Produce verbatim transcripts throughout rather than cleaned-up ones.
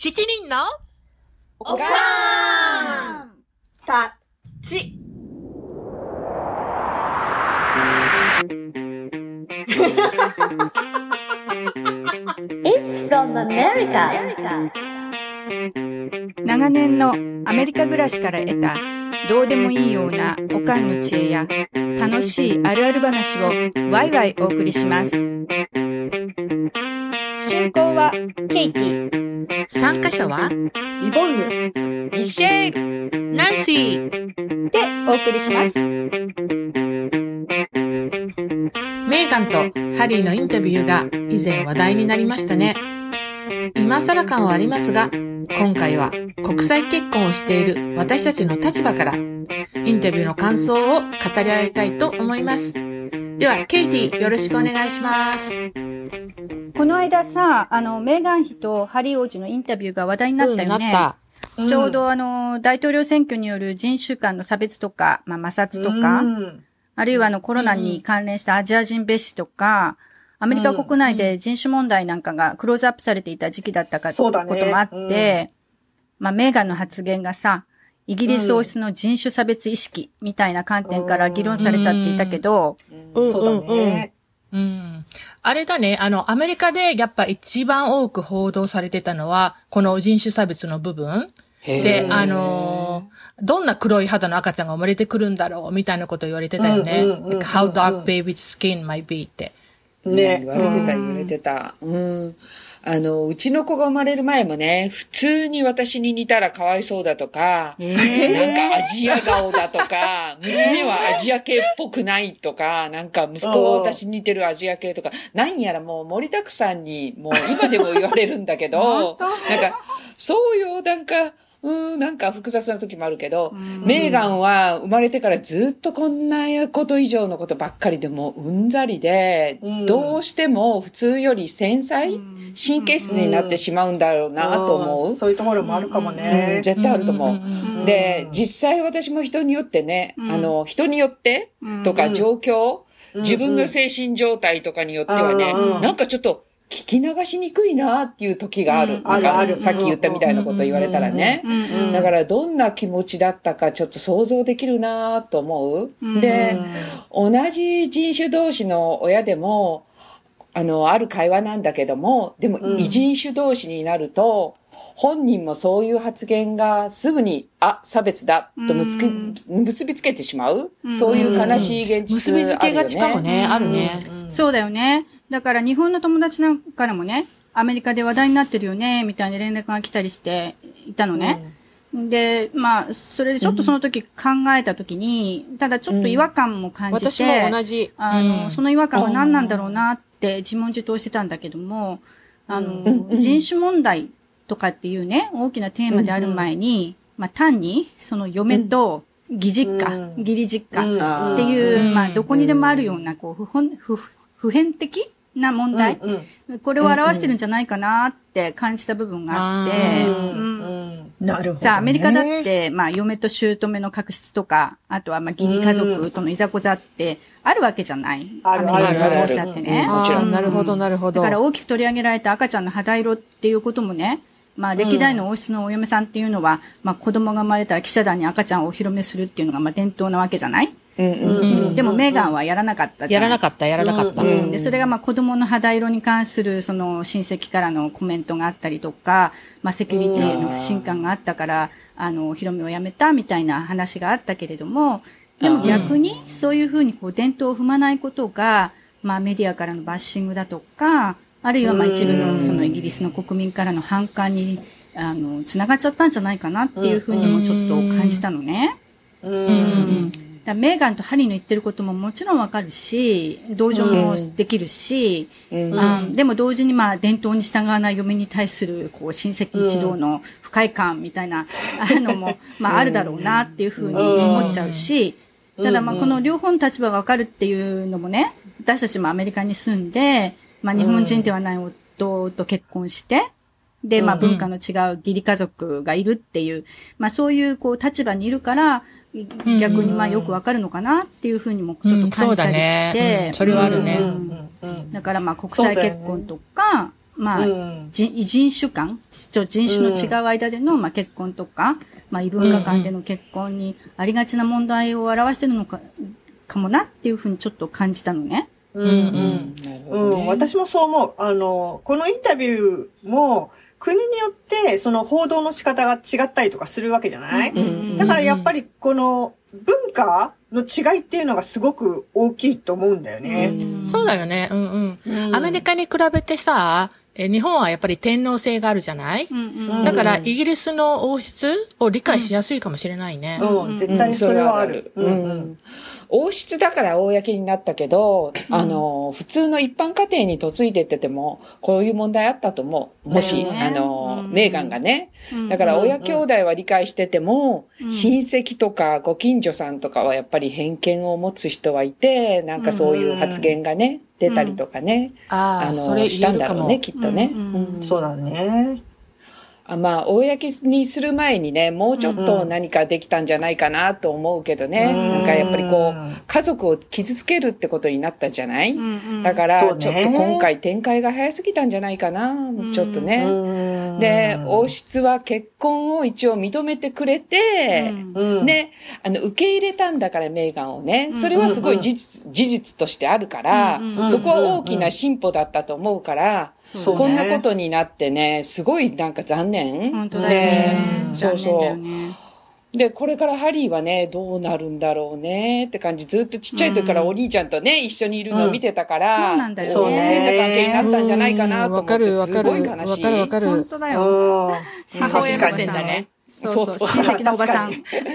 七人のおかーんたち。 It's from America. 長年のアメリカ暮らしから得たどうでもいいようなおかんの知恵や楽しいあるある話をワイワイお送りします。進行はケイティ、 参加者はイボンヌ、 ミシェール、 ナンシーでお送りします。 メーガンとハリーのインタビューが以前話題になりましたね。今更感はありますが、今回は国際結婚をしている私たちの立場からインタビューの感想を語り合いたいと思います。ではケイティ、よろしくお願いします。 この間さ、あのメーガン妃とハリー王子のインタビューが話題になったよね。 うん、なった。 ちょうどあの大統領選挙による人種間の差別とか、まあ、摩擦とか、うん、あるいはあのコロナに関連したアジア人蔑視とか、アメリカ国内で人種問題なんかがクローズアップされていた時期だったかということもあって、ね、うん、まあメーガンの発言がさ、イギリス王室の人種差別意識みたいな観点から議論されちゃっていたけど、 うんうん、そうだね。 うん。あれだね、あの、アメリカでやっぱ一番多く報道されてたのは、この人種差別の部分。で、あの、どんな黒い肌の赤ちゃんが生まれてくるんだろうみたいなこと言われてたよね。うんうんうんうん、How dark baby's skin might be って。 ね、言われてた、言われてた。うん。あの、うちの子が生まれる前もね、普通に私に似たらかわいそうだとか、えー、なんかアジア顔だとか、娘はアジア系っぽくないとか、なんか息子は私に似てるアジア系とか、なんやらもう盛りだくさんに、もう今でも言われるんだけど、なんか、そうよ、なんか、うん、なんか複雑な時もあるけど、メーガンは生まれてからずっとこんなこと以上のことばっかりでもうんざりで、うん、どうしても普通より繊細、うん、神経質になってしまうんだろうなと思う、 うん、そういうところもあるかもね、 うん、絶対あると思う、うん、で、実際私も人によってね、うん、あの人によってとか状況、うん、自分の精神状態とかによってはね、うん、なんかちょっと聞き流しにくいなっていう時がある。うん、あるある。さっき言ったみたいなこと言われたらね。うんうん、だからどんな気持ちだったかちょっと想像できるなと思う。うん、で、同じ人種同士の親でも、あの、ある会話なんだけども、でも異人種同士になると、本人もそういう発言がすぐに、あ、差別だと結び、うん、結びつけてしまう、うん、そういう悲しい現実あるよね。結びつけがちかもね、あるね、 うん。そうだよね。だから日本の友達なんかからもね、アメリカで話題になってるよね、みたいな連絡が来たりしていたのね。うん、で、まあ、それでちょっとその時考えた時に、うん、ただちょっと違和感も感じて、 私も同じ。 あの、うん、その違和感は何なんだろうなって自問自答してたんだけども、あの、うん、人種問題とかっていうね、大きなテーマである前に、うん、まあ単に、その嫁と義実家、うん、義理実家っていう、うん、まあどこにでもあるような、こう、不本、不、普遍的な問題、うんうん、これを表してるんじゃないかなって感じた部分があって、うんうん、なるほど、ね。 さあ、アメリカだって、まあ、嫁と姑の確執とか、あとは、まあ、義理家族とのいざこざってあるわけじゃない。 あるアメリカ同士だってね。 もちろん。なるほど、なるほど。 だから大きく取り上げられた赤ちゃんの肌色っていうこともね、まあ、歴代の王室のお嫁さんっていうのは、まあ、子供が生まれたら記者団に赤ちゃんをお披露目するっていうのが、まあ、伝統なわけじゃない。うんうんうん、でもメーガンはやらなかったじゃん。 やらなかった、やらなかった。うん、 で、それがまあ子供の肌色に関するその親戚からのコメントがあったりとか、まあセキュリティへの不信感があったから、あの、お披露目をやめたみたいな話があったけれども、でも逆にそういうふうにこう伝統を踏まないことが、まあメディアからのバッシングだとか、あるいはまあ一部のそのイギリスの国民からの反感に、あの、つながっちゃったんじゃないかなっていうふうにもちょっと感じたのね。うんうんうんだメーガンとハリーの言ってることももちろんわかるし、同情もできるし、うんうん、でも同時にまあ伝統に従わない嫁に対するこう親戚一同の不快感みたいな、あのもまああるだろうなっていうふうに思っちゃうし、ただまあこの両方の立場がわかるっていうのもね、私たちもアメリカに住んで、まあ日本人ではない夫と結婚して、でまあ文化の違う義理家族がいるっていう、まあそういうこう立場にいるから、逆にまあよくわかるのかなっていうふうにもちょっと感じたりして、 うん、そうだね、うん、それはあるね、 うん、だからまあ国際結婚とか、 まあ、うん、人種間、人種の違う間での、まあ、結婚とか、まあ、異文化間での結婚にありがちな問題を表しているのか、かもなっていうふうにちょっと感じたのね。 うんうんうんうん、私もそう思う。あの、このインタビューも、国によってその報道の仕方が違ったりとかするわけじゃない、うんうん、だからやっぱりこの文化の違いっていうのがすごく大きいと思うんだよね。 うん、そうだよね。うんうん。アメリカに比べてさ、え日本はやっぱり天皇制があるじゃない、うんうん、だからイギリスの王室を理解しやすいかもしれないね。 うん、うん、絶対それはある。うんうんうん王室だから公になったけど、うん、あの、普通の一般家庭に嫁いでってても、こういう問題あったと思う。もし、ね、あの、うん、メーガンがね。だから親兄弟は理解してても、うん、親戚とかご近所さんとかはやっぱり偏見を持つ人はいて、なんかそういう発言がね、出たりとかね。 うん、ああの、 それしたんだろうね、きっとね。 うんうん、そうだね。 あまあ、公にする前にね、もうちょっと何かできたんじゃないかなと思うけどね。うん、なんかやっぱりこう、家族を傷つけるってことになったじゃない、うんうん、だから、ちょっと今回展開が早すぎたんじゃないかな、うん、ちょっとね。で、王室は結婚を一応認めてくれて、うん、ね、あの、受け入れたんだから、メーガンをね。それはすごい事実、事実としてあるから、うん、そこは大きな進歩だったと思うから、うん、こんなことになってね、すごいなんか残念。 本当だよね。 そうそう。で、これからハリーはね、どうなるんだろうねって感じ。ずっとちっちゃい時からお兄ちゃんとね、一緒にいるのを見てたから、 そうなんだよね。 変な関係になったんじゃないかなと思って、すごい悲しい。 わかるわかる。 本当だよ。 母親目線だね。 そうそう。親戚のおばさん。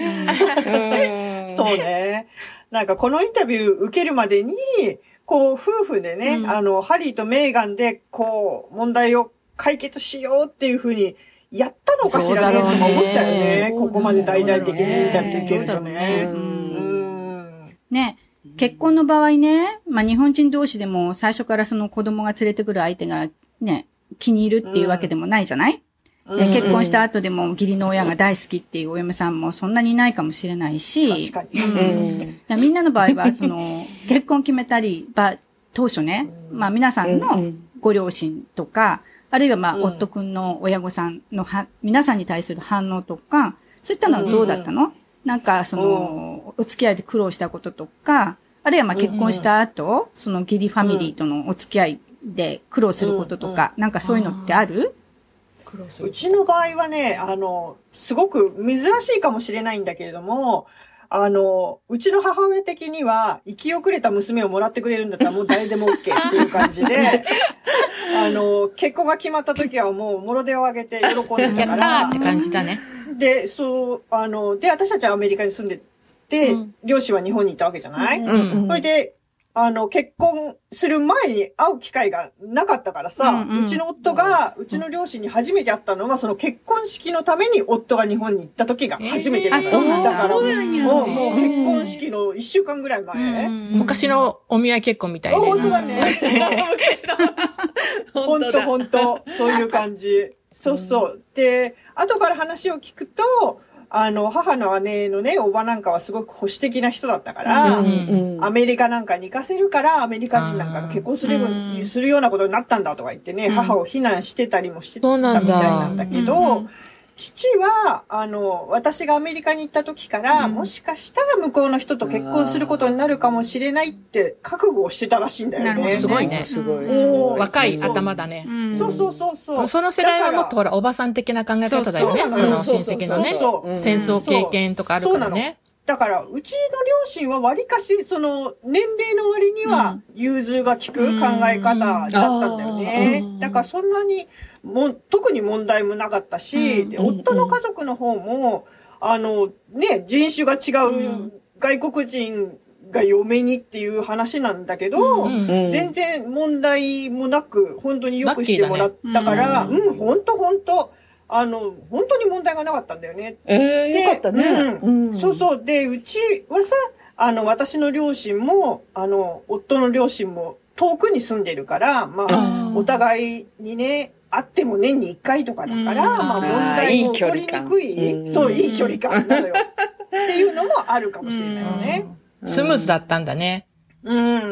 そうね。なんかこのインタビュー受けるまでに、こう、夫婦でね、あの、ハリーとメーガンで、こう、問題を解決しようっていうふうに、やったのかしらねとか思っちゃうよね。ここまで大々的にインタビュー受けるとね。 ね、結婚の場合ね、まあ日本人同士でも最初からその子供が連れてくる相手がね、気に入るっていうわけでもないじゃない、うん、結婚した後でも義理の親が大好きっていうお嫁さんもそんなにいないかもしれないし、 確かに。 うん、みんなの場合は、その、結婚決めたり、ば、当初ね、まあ皆さんのご両親とか、あるいはまあ、うん、夫くんの親御さんのは、皆さんに対する反応とか、そういったのはどうだったの？うん、なんか、その、お付き合いで苦労したこととか、あるいはまあ結婚した後、うん、その義理ファミリーとのお付き合いで苦労することとか、うん、なんかそういうのってある？ うちの場合はね、あの、すごく珍しいかもしれないんだけれども、あの、うちの母親的には、生き遅れた娘をもらってくれるんだったらもう誰でも OK っていう感じで、あの、結婚が決まった時はもう、もろ手を挙げて喜んでたから。 やったーって感じだね。 で、そう、あの、で、私たちはアメリカに住んでて、うん、両親は日本にいたわけじゃない、うんうん、それで、あの、結婚する前に会う機会がなかったからさ、うんうん、うちの夫が、うちの両親に初めて会ったのは、その結婚式のために夫が日本に行った時が初めてだった。えー、 そうなんだ。 だからもう、 もう、もう結婚式の一週間ぐらい前、 うんうん、昔のお見合い結婚みたいな。 本当だね。昔の。本当本当そういう感じ。そうそう。で、後から話を聞くと、あの、母の姉のね、おばなんかはすごく保守的な人だったから、うんうん、アメリカなんかに行かせるから、アメリカ人なんかと結婚する、うん、するようなことになったんだとか言ってね、うん、母を非難してたりもしてたみたいなんだけど、うんうん、父は、あの、私がアメリカに行った時から、うん、もしかしたら向こうの人と結婚することになるかもしれないって覚悟をしてたらしいんだよね。なるほど、 すごいね。すごい。すごい若い頭だね。 そうそうそうそう。 その世代はもっとほら、おばさん的な考え方だよね。その親戚のね。戦争経験とかあるからね。 だから、うちの両親は割かし、その、年齢の割には、融通が利く考え方だったんだよね。だから、そんなに、も、特に問題もなかったし、で、夫の家族の方も、あの、ね、人種が違う外国人が嫁にっていう話なんだけど、全然問題もなく、本当によくしてもらったから、うん、本当本当あの、本当に問題がなかったんだよね。 ええー、よかったね、 うんうん。そうそう。で、うちはさ、あの、私の両親も、あの、夫の両親も遠くに住んでるから、まあ、お互いにね、会っても年に一回とかだから、まあ、問題も起こりにくい、いいそう、いい距離感なのよ。っていうのもあるかもしれないよね。 スムーズだったんだね。 うん。うん、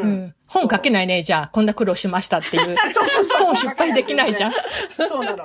本書けないね、じゃあ、こんな苦労しましたっていう。本失敗できないじゃん。 そうなの。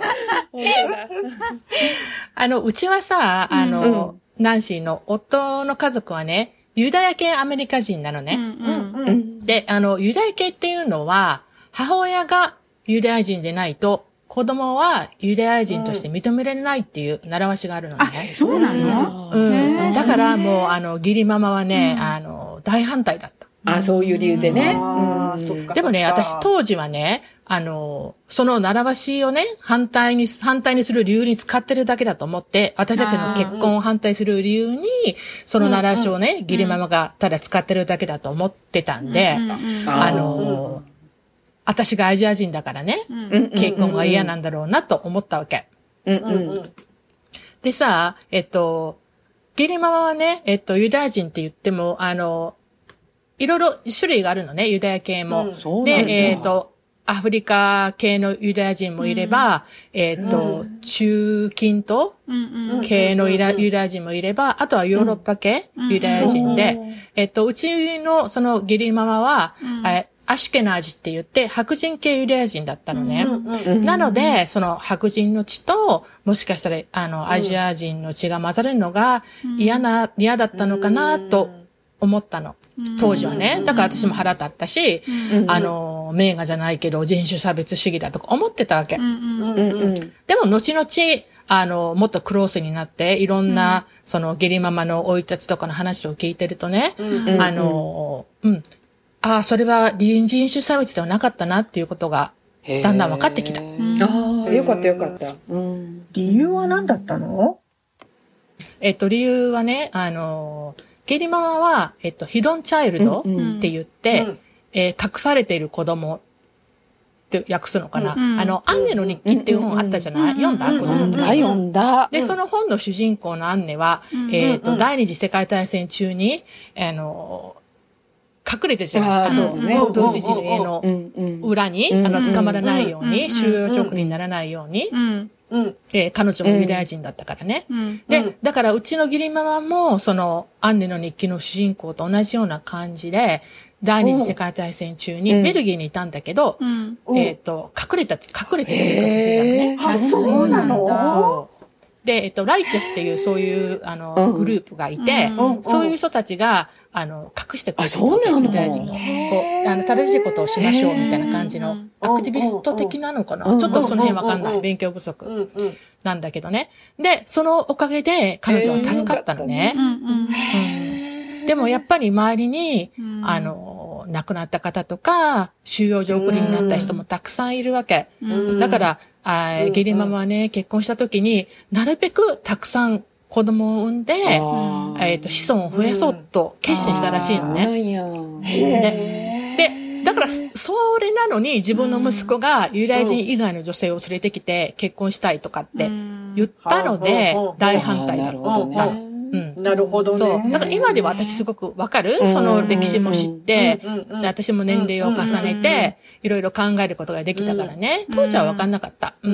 あの、うちはさ、あの、うん、ナンシーの夫の家族はね、ユダヤ系アメリカ人なのね。うんうん、で、あの、ユダヤ系っていうのは、母親がユダヤ人でないと、子供はユダヤ人として認められないっていう習わしがあるのね。 あ、そうなの？ うん。だからもう、あの、義理ママはね、うん、あの、大反対だった。 あ、そういう理由でね。 うん、でもね、私当時はね、あの、その習わしをね、反対に、反対にする理由に使ってるだけだと思って、私たちの結婚を反対する理由に、その習わしをね、義理ママがただ使ってるだけだと思ってたんで、あの、私がアジア人だからね、結婚が嫌なんだろうなと思ったわけ。でさ、えっと、義理ママはね、えっと、ユダヤ人って言っても、あの、いろいろ種類があるのね、ユダヤ系も。うん、で、えっ、ー、と、アフリカ系のユダヤ人もいれば、うん、えっ、ー、と、うん、中近東系のユダヤ人もいれば、あとはヨーロッパ系、うん、ユダヤ人で、うん、えっ、ー、と、うちのその義理ママは、うん、えアシュケナージって言って、白人系ユダヤ人だったのね。うんうん、なので、その白人の血と、もしかしたら、あの、アジア人の血が混ざるのが嫌な、嫌だったのかなと思ったの。当時はね。だから私も腹立ったし、うん、あの、名画じゃないけど人種差別主義だとか思ってたわけ。うんうん、でも、後々、あの、もっとクロースになって、いろんな、うん、その、義理ママの生い立ちとかの話を聞いてるとね、うん、あの、うん、ああ、それは人種差別ではなかったなっていうことが、だんだん分かってきた。 ああ、よかったよかった。うん、 理由は何だったの？ えっと、理由はね、あの、義理ママは、えっと、ヒドンチャイルドって言って、うんうん、えー、隠されている子供って訳すのかな、うん、あの、アンネの日記っていう本あったじゃない、うん、読んだ子供の時。 読んだ。 で、その本の主人公のアンネは、うん、えっと、第二次世界大戦中に、あの、隠れてじゃないあの、ね、同時陣営の裏に、うん、あの、捕まらないように、うん、収容所にならないように、うんうん、えー、彼女もユダヤ人だったからね。うん、で、だからうちの義理ママも、その、アンネの日記の主人公と同じような感じで、第二次世界大戦中にベルギーにいたんだけど、うん、えっ、ー、と、隠れた、隠れて生活してたのね。 あ、そうなの？ で、えっと、ライチェスっていう、そういう、あの、うん、グループがいて、うん、そういう人たちが、あの、隠してくれてる。 あ、そうなの？ ユダヤ人の。こう、あの、正しいことをしましょう、みたいな感じの、アクティビスト的なのかな、ちょっとその辺わかんない。勉強不足なんだけどね。で、そのおかげで、彼女は助かったのね。でも、やっぱり周りに、あの、亡くなった方とか、収容所送りになった人もたくさんいるわけ。だから、あ義理ママはね、結婚した時になるべくたくさん子供を産んで、えっと、子孫を増やそうと決心したらしいのね。で、で、だから、それなのに自分の息子がユダヤ人以外の女性を連れてきて結婚したいとかって言ったので、大反対だったの。 うん、なるほどね。 そう。だから今では私すごくわかる、うん、その歴史も知って、うん、私も年齢を重ねて、いろいろ考えることができたからね。当時はわかんなかった。うん。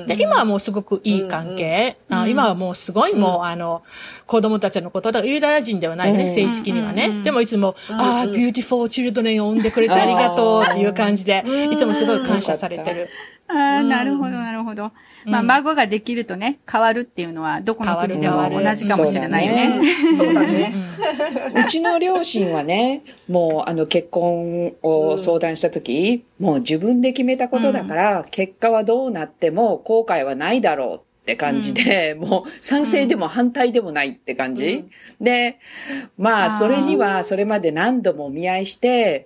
で、今はもうすごくいい関係。うん、あ今はもうすごいもう、あの、子供たちのこと、だからユダヤ人ではないよね、正式にはね。でもいつも、ああ、ビューティフォーチルドレンを産んでくれてありがとうっていう感じで、いつもすごい感謝されてる。 ああ、なるほど、なるほど。まあ、孫ができるとね、変わるっていうのは、どこの国でも同じかもしれないよね。 そうだね。 うちの両親はね、もう、あの、結婚を相談したとき、もう自分で決めたことだから、結果はどうなっても後悔はないだろうって感じで、うん、もう賛成でも反対でもないって感じ、うん、で、まあ、それにはそれまで何度も見合いして、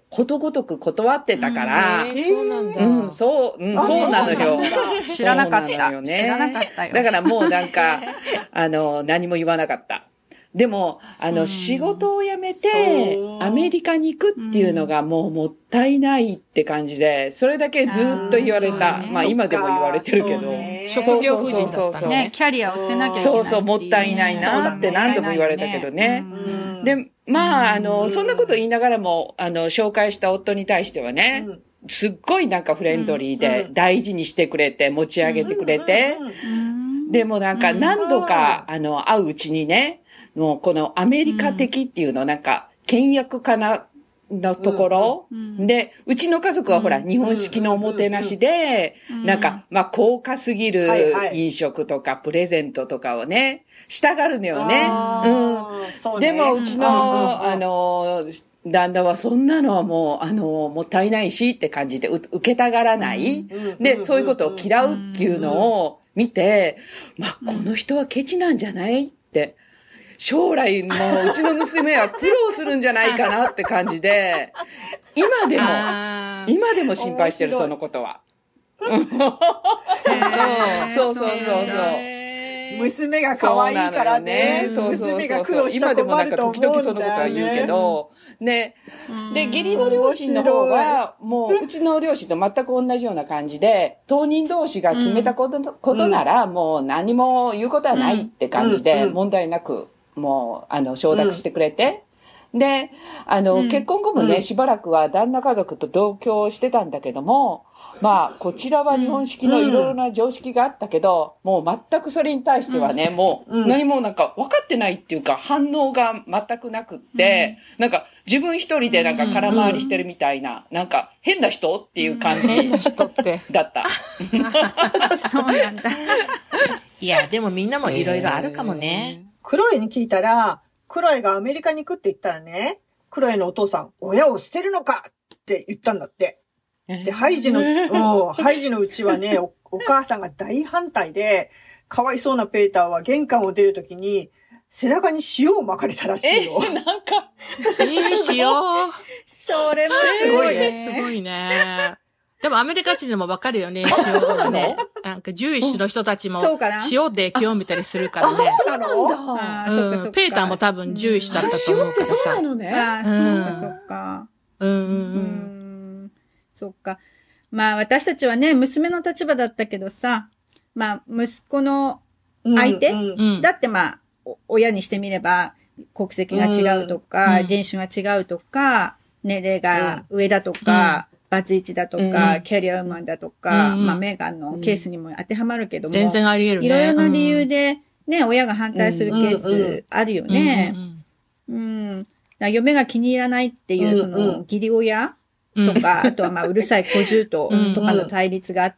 ことごとく断ってたから、 うん、そうなんだ。 うん、そう、うん、そうなのよ。 知らなかった。よね、知らなかったよ。 だからもうなんか、あの、何も言わなかった。でも、あの、仕事を辞めて、アメリカに行くっていうのがもうもったいないって感じで、それだけずっと言われた。まあ今でも言われてるけど。 職業婦人だったね。キャリアを捨てなきゃいけない。 そうそう、もったいないなって何度も言われたけどね。で、まあ、あの、そんなこと言いながらも、あの、紹介した夫に対してはね、すっごいなんかフレンドリーで、大事にしてくれて、持ち上げてくれて、でもなんか何度か、あの、会ううちにね、もうこのアメリカ的っていうのなんか、倹約家なのところ、うん、で、うちの家族はほら、うん、日本式のおもてなしで、うん、なんか、まあ、高価すぎる飲食とかプレゼントとかをね、したがるのよね。うんそうね。でも、うちの、うん、あの、旦那はそんなのはもう、あの、もったいないしって感じで、受けたがらない。で、そういうことを嫌うっていうのを見て、まあ、この人はケチなんじゃないって。将来もうちの娘は苦労するんじゃないかなって感じで、今でも、今でも心配してる、そのことは。そう、そうそうそうそう。 娘が可愛いからね。 そうそうそうそう。今でもなんか時々そのことは言うけど、ね。で、義理の両親の方は、もううちの両親と全く同じような感じで、当人同士が決めたこと、ことなら、もう何も言うことはないって感じで、問題なく、もう、あの、承諾してくれて。うん、で、あの、うん、結婚後もね、しばらくは旦那家族と同居してたんだけども、まあ、こちらは日本式のいろいろな常識があったけど、うん、もう全くそれに対してはね、うん、もう何もなんか分かってないっていうか、反応が全くなくって、うん、なんか自分一人でなんか空回りしてるみたいな、うん、なんか変な人っていう感じだった。 そうなんだ。 いや、でもみんなもいろいろあるかもね。 クロエに聞いたら、クロエがアメリカに行くって言ったらね、クロエのお父さん、親を捨てるのかって言ったんだって。で、ハイジの、うん、ハイジのうちはねお、お母さんが大反対で、かわいそうなペーターは玄関を出るときに、背中に塩を巻かれたらしいよ。 え、なんか、 えー、塩それもすごいね。 すごいね。でもアメリカ人でもわかるよね、塩がね。なんか、ジューイッシュの人たちも、塩で清めたりするからね。 あ、そうなのうん。ペーターも多分ジューイッシュだったと思うからさ。 塩ってそうなのね。 あ、そうか、そうか。 うんうんうん。 そっか。まあ、私たちはね、娘の立場だったけどさ、まあ、息子の相手、だってまあ、親にしてみれば、国籍が違うとか、人種が違うとか、年齢が上だとか、バツイチだとか、うん、キャリアウーマンだとか、うん、まあ、メーガンのケースにも当てはまるけども、 全然あり得るね。 いろいろな理由で、ね、親が反対するケースあるよね。うん。嫁が気に入らないっていう、その、義理親とか、あとはまあ、うるさい小獣と、とかの対立があって、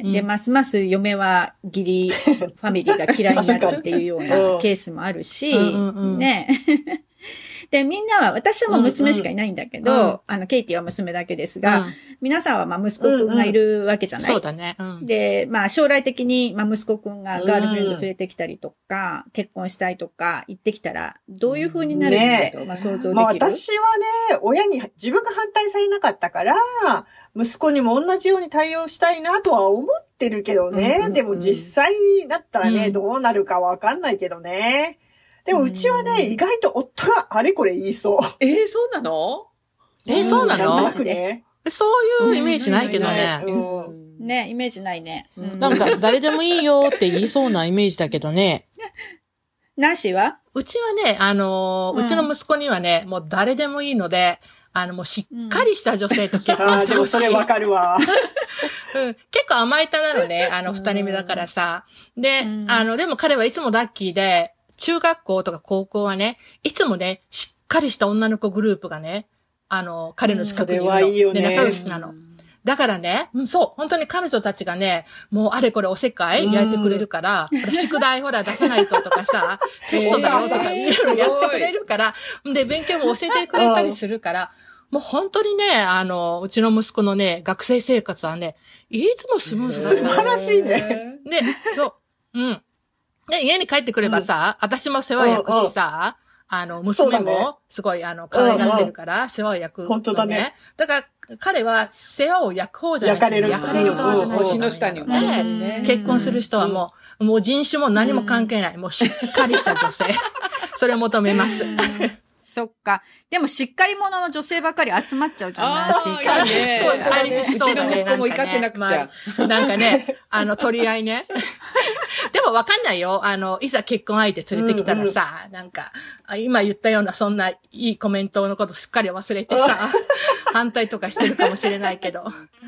で、ますます嫁は義理ファミリーが嫌いになるっていうようなケースもあるし、ね。で、みんなは、私はもう娘しかいないんだけど、うんうん、あの、ケイティは娘だけですが、うん、皆さんはまあ息子くんがいるわけじゃない。 うんうん、そうだね、うん。 で、まあ将来的に、まあ息子くんがガールフレンド連れてきたりとか、うん、結婚したいとか言ってきたら、どういう風になるのかと、ね、まあ想像できる。まあ私はね、親に自分が反対されなかったから、息子にも同じように対応したいなとは思ってるけどね。うんうんうん、でも実際だったらね、うん、どうなるかわかんないけどね。でもうちはね、意外と夫があれこれ言いそう。 えー、そうなのえー、そうなの、 なんとなくね、 そういうイメージないけどね。 うんうん、ね、イメージないね。 うん、なんか、誰でもいいよって言いそうなイメージだけどね。 ナンシーはうちはね、あのー、うちの息子にはね、もう誰でもいいので、あの、もうしっかりした女性と結婚してほしい。 あ、でもそれわかるわ。 うん。結構甘えたなのね、あの、二人目だからさ。で、あの、でも彼はいつもラッキーで、中学校とか高校はね、いつもね、しっかりした女の子グループがね、あの、彼の近くにいるの。 それはいいよね。 で、仲良しなの。だからね、うん、そう、本当に彼女たちがね、もうあれこれおせっかい焼いてくれるから、宿題ほら出さないととかさ、テストだよとかいろいろやってくれるから、で、勉強も教えてくれたりするから、もう本当にね、あの、うちの息子のね、学生生活はね、いつもスムーズだった。素晴らしいね。 で、そう、うん。で、家に帰ってくればさ、うん、私も世話焼くしさ、うんうん、あの、娘もすごい、ね、あの、可愛がってるから、世話を焼く、ね。 本当だね。 だから、彼は世話を焼く方じゃない。 焼かれる。 焼かれる側じゃない。 星の下にね。結婚する人はもう、もう人種も何も関係ない。もうしっかりした女性。それを求めます。 そっか。でも、しっかり者の女性ばかり集まっちゃうじゃないし。 確かにね。そう、対立しそうだね。うちの息子も行かせなくちゃ。 まあ、なんかね、あの、取り合いね。でもわかんないよ。あの、いざ結婚相手連れてきたらさ、うんうん、なんか、今言ったようなそんないいコメントのことすっかり忘れてさ、反対とかしてるかもしれないけど。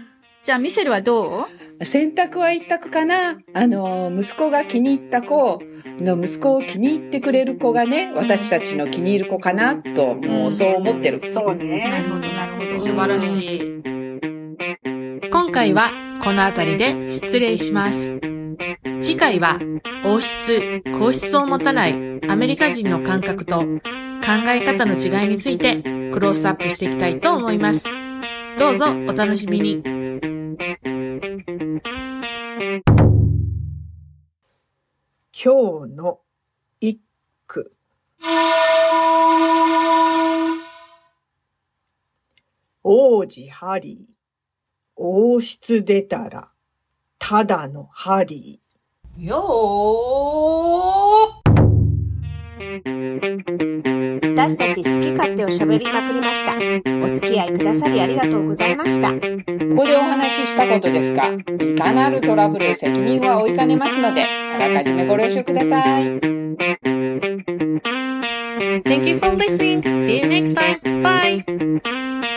じゃあ、ミシェルはどう？選択は一択かな。あの、息子が気に入った子の息子を気に入ってくれる子がね、私たちの気に入る子かなと、もうそう思ってる。 そうね。 なるほど、なるほど。 素晴らしい。今回はこのあたりで失礼します。次回は王室、皇室を持たないアメリカ人の感覚と考え方の違いについてクロースアップしていきたいと思います。どうぞお楽しみに。 今日の一句。王子ハリー。王室出たら、ただのハリー。よー。私たち好き勝手を喋りまくりました。お付き合いくださりありがとうございました。ここでお話ししたことですが、いかなるトラブル、責任は負いかねますので、あらかじめご了承ください。 Thank you for listening. See you next time. Bye.